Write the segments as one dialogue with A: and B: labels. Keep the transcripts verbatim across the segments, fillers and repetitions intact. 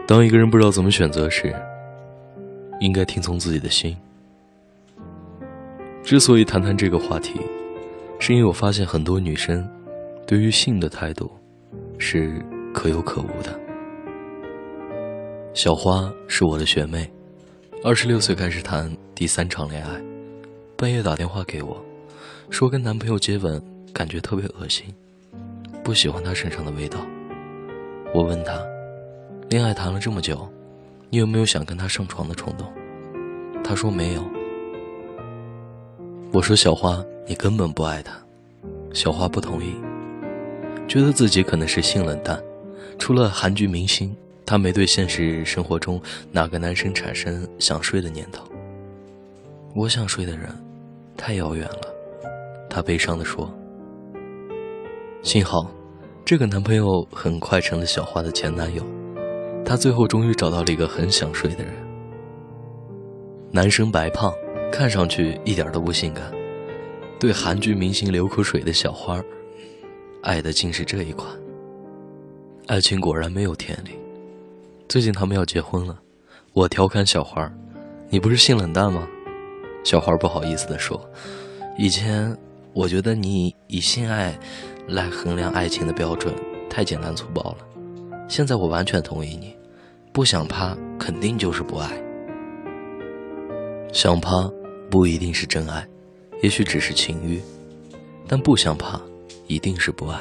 A: 当一个人不知道怎么选择时，应该听从自己的心。之所以谈谈这个话题，是因为我发现很多女生对于性的态度是可有可无的。小花是我的学妹，二十六岁开始谈第三场恋爱，半夜打电话给我，说跟男朋友接吻感觉特别恶心，不喜欢他身上的味道。我问他，恋爱谈了这么久，你有没有想跟他上床的冲动？他说没有。我说小花，你根本不爱他。小花不同意，觉得自己可能是性冷淡，除了韩剧明星，她没对现实生活中哪个男生产生想睡的念头。我想睡的人太遥远了，她悲伤地说。幸好这个男朋友很快成了小花的前男友，她最后终于找到了一个很想睡的人。男生白胖，看上去一点都不性感，对韩剧明星流口水的小花，爱的竟是这一款。爱情果然没有天理。最近他们要结婚了，我调侃小花，你不是性冷淡吗？小花不好意思地说，以前我觉得你以性爱来衡量爱情的标准太简单粗暴了，现在我完全同意你，不想趴肯定就是不爱。想趴不一定是真爱，也许只是情欲，但不想趴一定是不爱。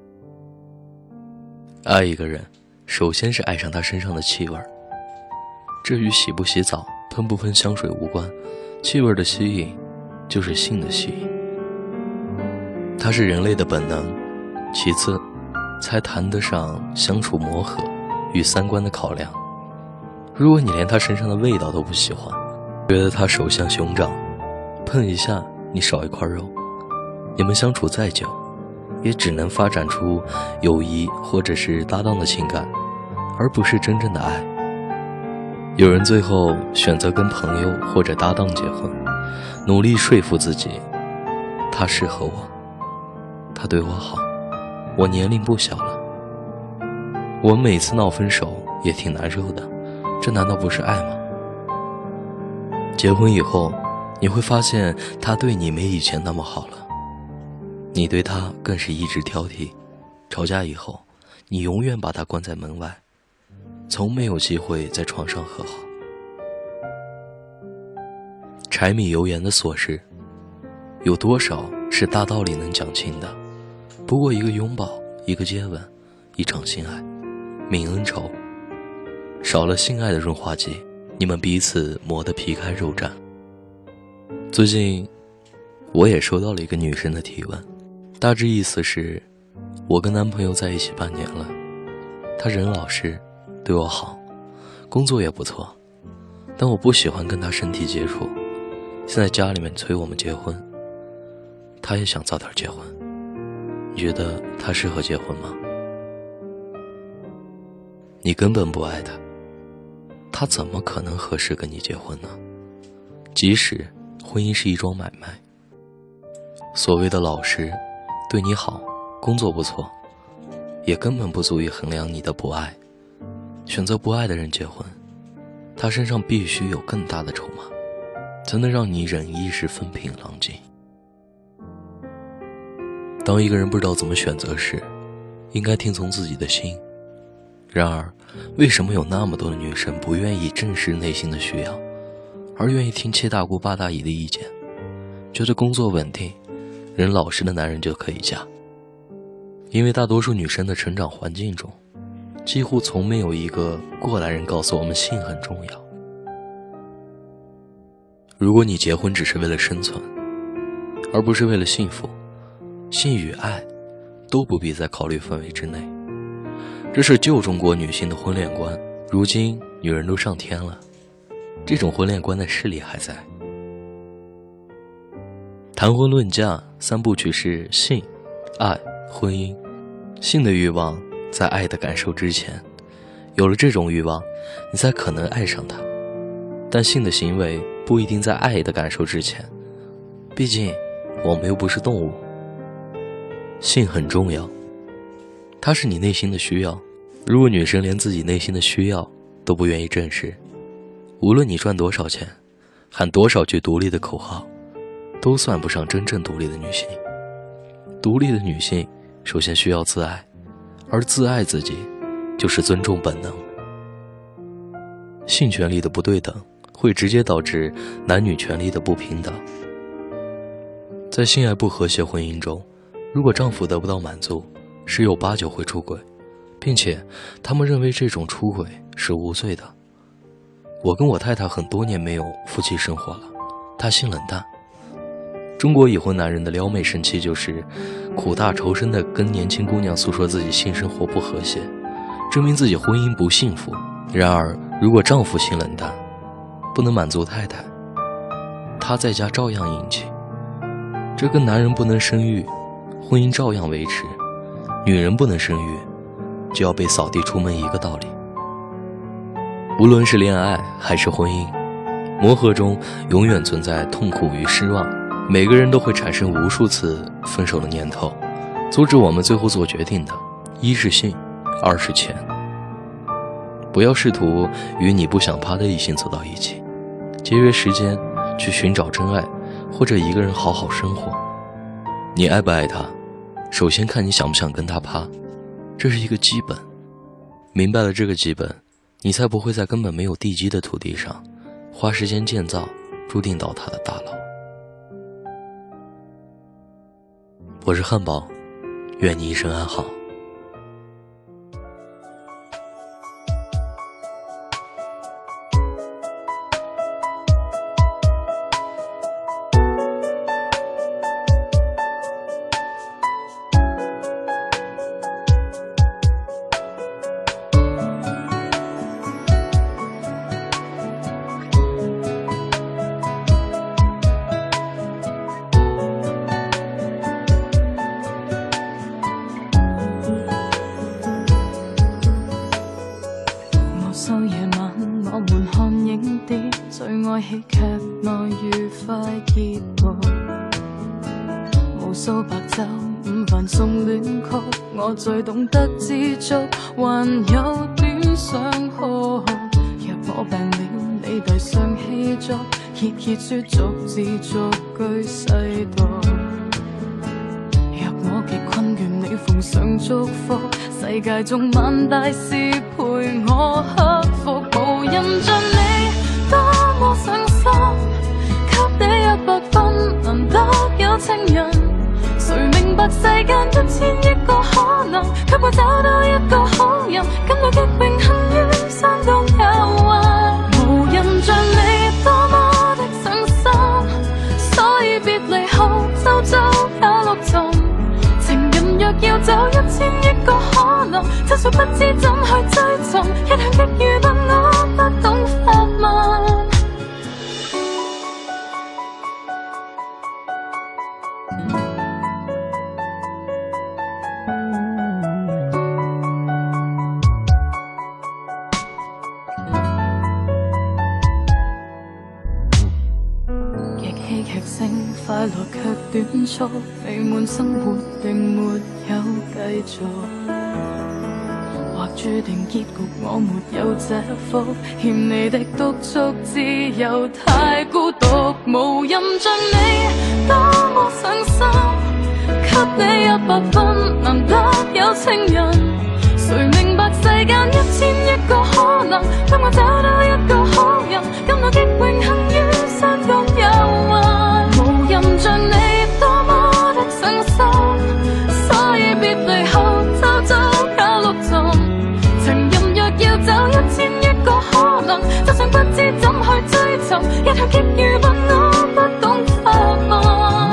A: 爱一个人，首先是爱上他身上的气味，这与洗不洗澡、喷不喷香水无关，气味的吸引就是性的吸引，它是人类的本能，其次才谈得上相处磨合与三观的考量。如果你连他身上的味道都不喜欢，觉得他手像熊掌，碰一下你少一块肉，你们相处再久也只能发展出友谊或者是搭档的情感，而不是真正的爱。有人最后选择跟朋友或者搭档结婚，努力说服自己他适合我，他对我好，我年龄不小了。我们每次闹分手也挺难受的，这难道不是爱吗？结婚以后你会发现他对你没以前那么好了，你对他更是一直挑剔，吵架以后你永远把他关在门外，从没有机会在床上和好。柴米油盐的琐事有多少是大道理能讲清的？不过一个拥抱，一个接吻，一场性爱，泯恩仇。少了性爱的润滑剂，你们彼此磨得皮开肉绽。最近我也收到了一个女生的提问，大致意思是，我跟男朋友在一起半年了，他人老实，对我好，工作也不错，但我不喜欢跟他身体接触，现在家里面催我们结婚，他也想早点结婚，你觉得他适合结婚吗？你根本不爱他，他怎么可能合适跟你结婚呢？即使婚姻是一桩买卖，所谓的老实，对你好，工作不错，也根本不足以衡量你的不爱。选择不爱的人结婚，他身上必须有更大的筹码，才能让你忍一时风平浪静。当一个人不知道怎么选择时，应该听从自己的心。然而，为什么有那么多的女生不愿意正视内心的需要，而愿意听七大姑八大姨的意见，觉得工作稳定，人老实的男人就可以嫁？因为大多数女生的成长环境中，几乎从没有一个过来人告诉我们性很重要。如果你结婚只是为了生存，而不是为了幸福，性与爱都不必在考虑范围之内。这是旧中国女性的婚恋观，如今女人都上天了，这种婚恋观的势力还在。谈婚论嫁三部曲是性、爱、婚姻。性的欲望在爱的感受之前，有了这种欲望，你才可能爱上他。但性的行为不一定在爱的感受之前，毕竟我们又不是动物。性很重要，它是你内心的需要。如果女生连自己内心的需要都不愿意正视。无论你赚多少钱，喊多少句独立的口号，都算不上真正独立的女性。独立的女性首先需要自爱，而自爱自己就是尊重本能。性权利的不对等会直接导致男女权利的不平等。在性爱不和谐婚姻中，如果丈夫得不到满足，十有八九会出轨，并且他们认为这种出轨是无罪的。我跟我太太很多年没有夫妻生活了，她性冷淡。中国已婚男人的撩妹神器就是苦大仇深地跟年轻姑娘诉说自己性生活不和谐，证明自己婚姻不幸福。然而如果丈夫性冷淡，不能满足太太，他在家照样硬气。这跟男人不能生育，婚姻照样维持；女人不能生育，就要被扫地出门一个道理。无论是恋爱还是婚姻，磨合中永远存在痛苦与失望，每个人都会产生无数次分手的念头。阻止我们最后做决定的，一是性，二是钱。不要试图与你不想趴的异性走到一起，节约时间去寻找真爱，或者一个人好好生活。你爱不爱他，首先看你想不想跟他趴，这是一个基本。明白了这个基本，你才不会在根本没有地基的土地上花时间建造注定倒塌的大楼。我是汉堡，愿你一生安好。
B: 數夜晚我們看影碟，最愛喜劇內愉快結局，無數白晝午飯送戀曲，我最懂得知足，還有點想哭。若我病了，你遞上氣作，歇歇說逐字逐句細讀。若我極困倦，你奉上祝福，世界中萬大事陪我克服，無人像你多麼上心，給你一百分，難得有情人。誰明白世間一千億個可能，卻會找到一個好人，感到極榮幸於山東有運。無人像你多麼的上心，所以別離後周遭也陸沉。情人若要走一千億個可能，真相不知怎去追尋，一向極愚笨我不懂發問。極戲劇性快樂卻短促，美滿生活並沒有繼續，或注定結局我沒有這福，欠你的督促自由太孤獨，無人像你多麼上心，給你一百分，難得有情人。誰明白世間一千億個可能，當我找到一個好人，感到極榮幸於山東有運。無人像你多麼的上心，所以別離後周遭也陸沉。情人若要走一千億個可能，真相不知怎去追尋，一向極愚笨我不懂發問。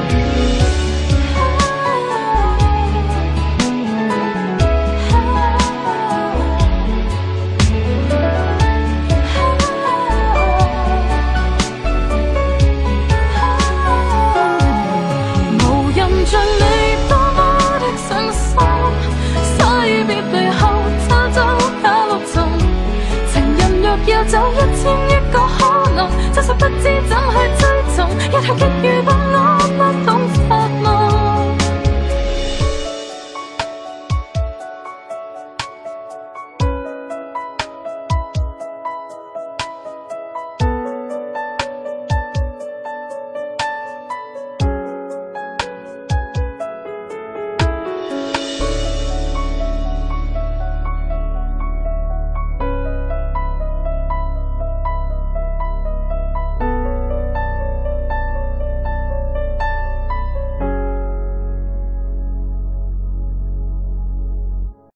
B: 像你多麼的上心，所以別離後周遭也陸沉。情人若要走一千億個可能，真實不